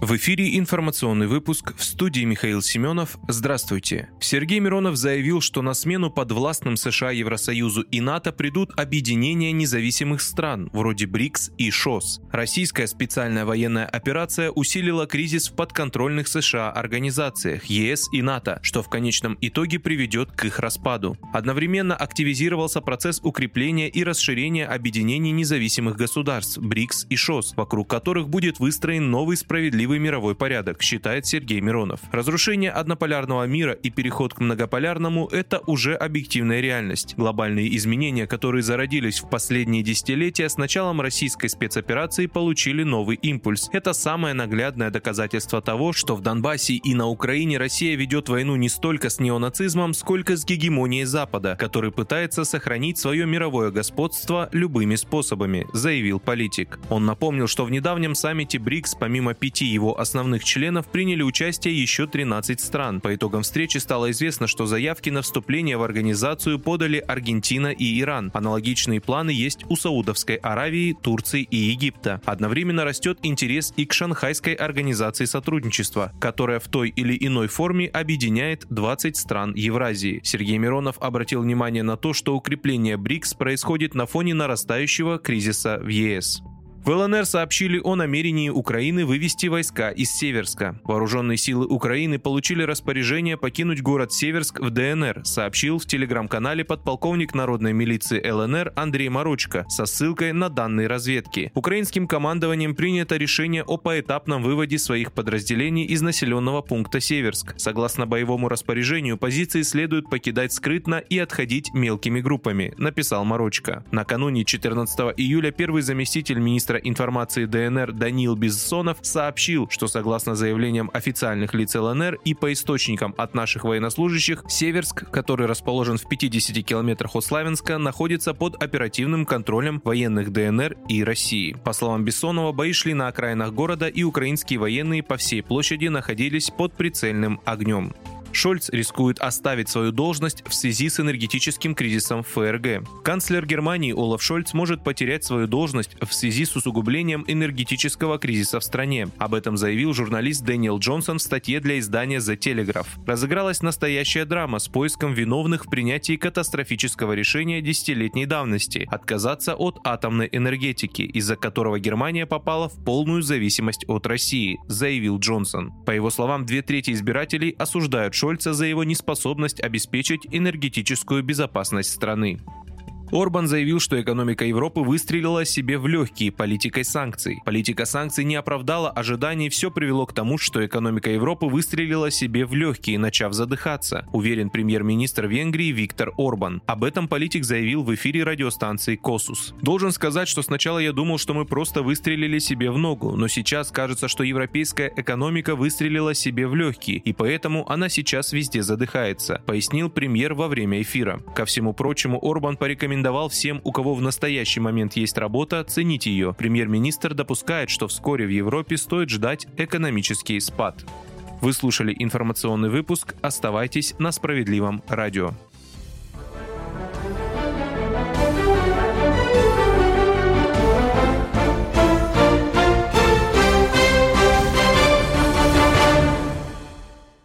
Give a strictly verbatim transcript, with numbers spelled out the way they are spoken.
В эфире информационный выпуск, в студии Михаил Семенов. Здравствуйте. Сергей Миронов заявил, что на смену подвластным США, Евросоюзу и НАТО придут объединения независимых стран, вроде БРИКС и ШОС. Российская специальная военная операция усилила кризис в подконтрольных США организациях ЕС и НАТО, что в конечном итоге приведет к их распаду. Одновременно активизировался процесс укрепления и расширения объединений независимых государств БРИКС и ШОС, вокруг которых будет выстроен новый справедливый мировой порядок, считает Сергей Миронов. Разрушение однополярного мира и переход к многополярному – это уже объективная реальность. Глобальные изменения, которые зародились в последние десятилетия, с началом российской спецоперации получили новый импульс. Это самое наглядное доказательство того, что в Донбассе и на Украине Россия ведет войну не столько с неонацизмом, сколько с гегемонией Запада, который пытается сохранить свое мировое господство любыми способами, заявил политик. Он напомнил, что в недавнем саммите БРИКС помимо пяти его основных членов приняли участие еще тринадцать стран. По итогам встречи стало известно, что заявки на вступление в организацию подали Аргентина и Иран. Аналогичные планы есть у Саудовской Аравии, Турции и Египта. Одновременно растет интерес и к Шанхайской организации сотрудничества, которая в той или иной форме объединяет двадцать стран Евразии. Сергей Миронов обратил внимание на то, что укрепление БРИКС происходит на фоне нарастающего кризиса в ЕС. В ЛНР сообщили о намерении Украины вывести войска из Северска. Вооруженные силы Украины получили распоряжение покинуть город Северск в ДНР, сообщил в телеграм-канале подполковник народной милиции ЛНР Андрей Марочко со ссылкой на данные разведки. Украинским командованием принято решение о поэтапном выводе своих подразделений из населенного пункта Северск. Согласно боевому распоряжению, позиции следует покидать скрытно и отходить мелкими группами, написал Марочко. Накануне четырнадцатого июля первый заместитель министра информации ДНР Даниил Безсонов сообщил, что согласно заявлениям официальных лиц ЛНР и по источникам от наших военнослужащих, Северск, который расположен в пятидесяти километрах от Славянска, находится под оперативным контролем военных ДНР и России. По словам Безсонова, бои шли на окраинах города, и украинские военные по всей площади находились под прицельным огнем. Шольц рискует оставить свою должность в связи с энергетическим кризисом в ФРГ. Канцлер Германии Олаф Шольц может потерять свою должность в связи с усугублением энергетического кризиса в стране. Об этом заявил журналист Дэниел Джонсон в статье для издания The Telegraph. Разыгралась настоящая драма с поиском виновных в принятии катастрофического решения десятилетней давности – отказаться от атомной энергетики, из-за которого Германия попала в полную зависимость от России, заявил Джонсон. По его словам, две трети избирателей осуждают Шольца Шольца за его неспособность обеспечить энергетическую безопасность страны. Орбан заявил, что экономика Европы выстрелила себе в легкие политикой санкций. Политика санкций не оправдала ожиданий, все привело к тому, что экономика Европы выстрелила себе в легкие, начав задыхаться, уверен премьер-министр Венгрии Виктор Орбан. Об этом политик заявил в эфире радиостанции «Косус». «Должен сказать, что сначала я думал, что мы просто выстрелили себе в ногу, но сейчас кажется, что европейская экономика выстрелила себе в легкие, и поэтому она сейчас везде задыхается», пояснил премьер во время эфира. Ко всему прочему, Орбан порекомендовал Рекомендовал всем, у кого в настоящий момент есть работа, ценить ее. Премьер-министр допускает, что вскоре в Европе стоит ждать экономический спад. Вы слушали информационный выпуск. Оставайтесь на Справедливом радио.